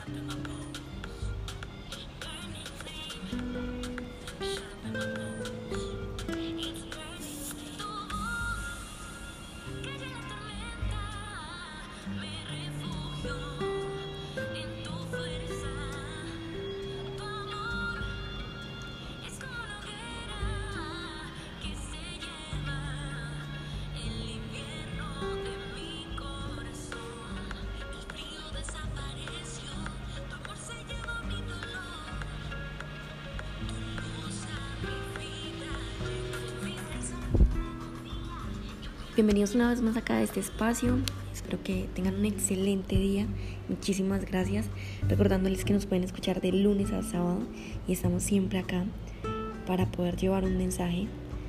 Bienvenidos una vez más acá a este espacio. Espero que tengan un excelente día. Muchísimas gracias. Recordándoles que nos pueden escuchar de lunes a sábado y estamos siempre acá para poder llevar un mensaje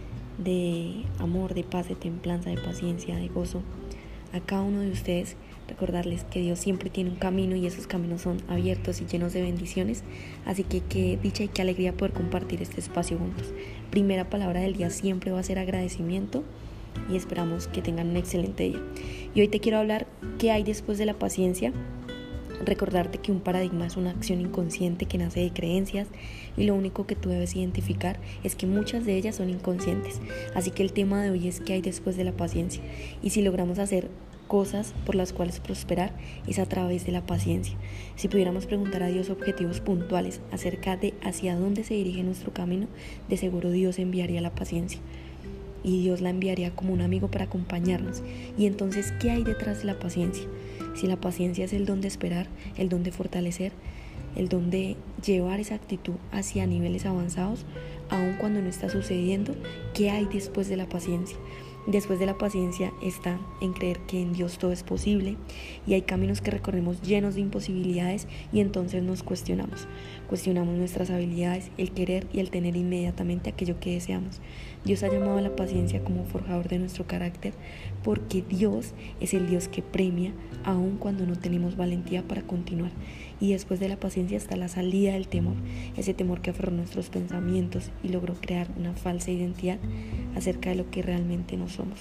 de amor, de paz, de templanza, de paciencia, de gozo a cada uno de ustedes. Recordarles que Dios siempre tiene un camino y esos caminos son abiertos y llenos de bendiciones. Así que qué dicha y qué alegría poder compartir este espacio juntos. Primera palabra del día siempre va a ser agradecimiento. Y esperamos que tengan un excelente día. Y hoy te quiero hablar qué hay después de la paciencia. Recordarte que un paradigma es una acción inconsciente que nace de creencias y lo único que tú debes identificar es que muchas de ellas son inconscientes. Así que el tema de hoy es qué hay después de la paciencia y si logramos hacer cosas por las cuales prosperar es a través de la paciencia. Si pudiéramos preguntar a Dios objetivos puntuales acerca de hacia dónde se dirige nuestro camino, de seguro Dios enviaría la paciencia. Y Dios la enviaría como un amigo para acompañarnos. Y entonces, ¿qué hay detrás de la paciencia? Si la paciencia es el don de esperar, el don de fortalecer, el don de llevar esa actitud hacia niveles avanzados, aun cuando no está sucediendo, ¿qué hay después de la paciencia? Después de la paciencia está en creer que en Dios todo es posible y hay caminos que recorremos llenos de imposibilidades y entonces nos cuestionamos nuestras habilidades, el querer y el tener inmediatamente aquello que deseamos. Dios ha llamado a la paciencia como forjador de nuestro carácter porque Dios es el Dios que premia aun cuando no tenemos valentía para continuar. Y después de la paciencia está la salida del temor, ese temor que aferró nuestros pensamientos y logró crear una falsa identidad acerca de lo que realmente no somos.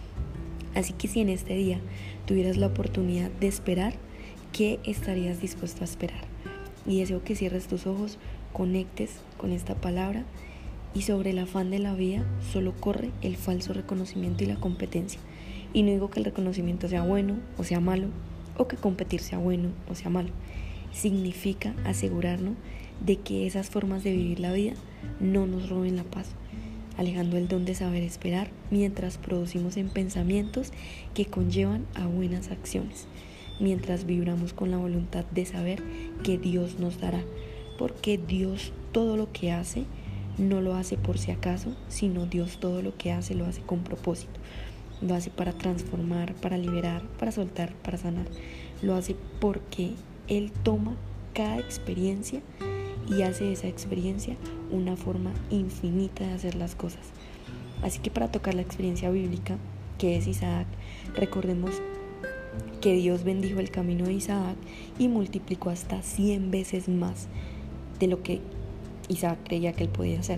Así que si en este día tuvieras la oportunidad de esperar, ¿qué estarías dispuesto a esperar? Y deseo que cierres tus ojos, conectes con esta palabra y sobre el afán de la vida solo corre el falso reconocimiento y la competencia. Y no digo que el reconocimiento sea bueno o sea malo, o que competir sea bueno o sea malo. Significa asegurarnos de que esas formas de vivir la vida no nos roben la paz, alejando el don de saber esperar mientras producimos en pensamientos que conllevan a buenas acciones, mientras vibramos con la voluntad de saber que Dios nos dará, porque Dios todo lo que hace no lo hace por si acaso, sino Dios todo lo que hace lo hace con propósito. Lo hace para transformar, para liberar, para soltar, para sanar. Lo hace porque Él toma cada experiencia y hace de esa experiencia una forma infinita de hacer las cosas. Así que para tocar la experiencia bíblica, que es Isaac, recordemos que Dios bendijo el camino de Isaac y multiplicó hasta 100 veces más de lo que Isaac creía que él podía hacer.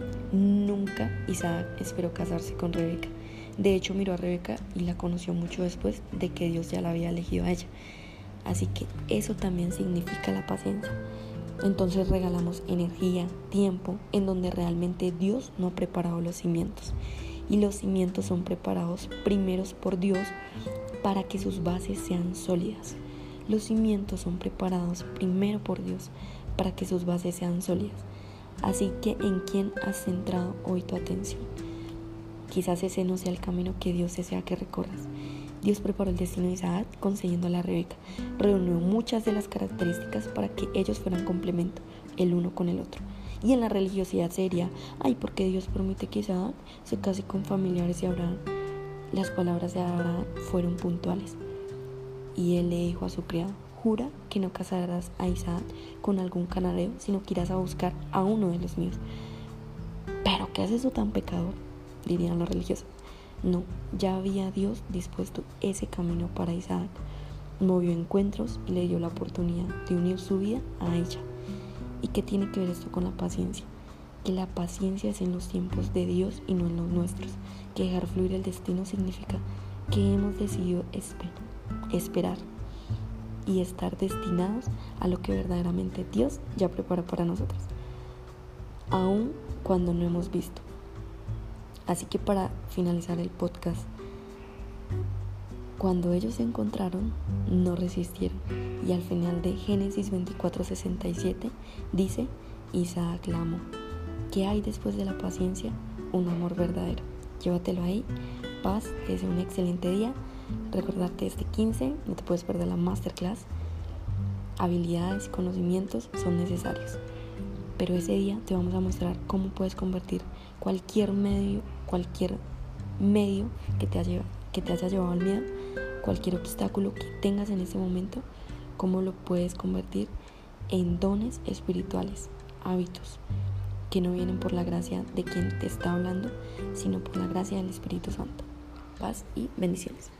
Nunca Isaac esperó casarse con Rebeca. De hecho, miró a Rebeca y la conoció mucho después de que Dios ya la había elegido a ella. Así que eso también significa la paciencia. Entonces regalamos energía, tiempo, en donde realmente Dios no ha preparado los cimientos. Y los cimientos son preparados primeros por Dios para que sus bases sean sólidas. Los cimientos son preparados primero por Dios para que sus bases sean sólidas. Así que ¿en quién has centrado hoy tu atención? Quizás ese no sea el camino que Dios desea que recorras. Dios preparó el destino de Isaac concediéndole a Rebeca. Reunió muchas de las características para que ellos fueran complemento, el uno con el otro. Y en la religiosidad sería, ¿por qué Dios permite que Isaac se case con familiares de Abraham? Las palabras de Abraham fueron puntuales. Y él le dijo a su criado, jura que no casarás a Isaac con algún cananeo, sino que irás a buscar a uno de los míos. ¿Pero qué hace eso tan pecador?, dirían los religiosos. No, ya había Dios dispuesto ese camino para Isaac. Movió encuentros y le dio la oportunidad de unir su vida a ella. ¿Y qué tiene que ver esto con la paciencia? Que la paciencia es en los tiempos de Dios y no en los nuestros. Que dejar fluir el destino significa que hemos decidido esperar. y estar destinados a lo que verdaderamente Dios ya preparó para nosotros, aun cuando no hemos visto. Así que para finalizar el podcast, cuando ellos se encontraron, no resistieron. Y al final de Génesis 24:67 dice: Isaac clamó. ¿Qué hay después de la paciencia? Un amor verdadero. Llévatelo ahí. Paz, te deseo un excelente día. Recordarte este 15, no te puedes perder la masterclass. Habilidades y conocimientos son necesarios. Pero ese día te vamos a mostrar cómo puedes convertir cualquier medio que te haya llevado al miedo, cualquier obstáculo que tengas en ese momento, cómo lo puedes convertir en dones espirituales, hábitos que no vienen por la gracia de quien te está hablando, sino por la gracia del Espíritu Santo. Paz y bendiciones.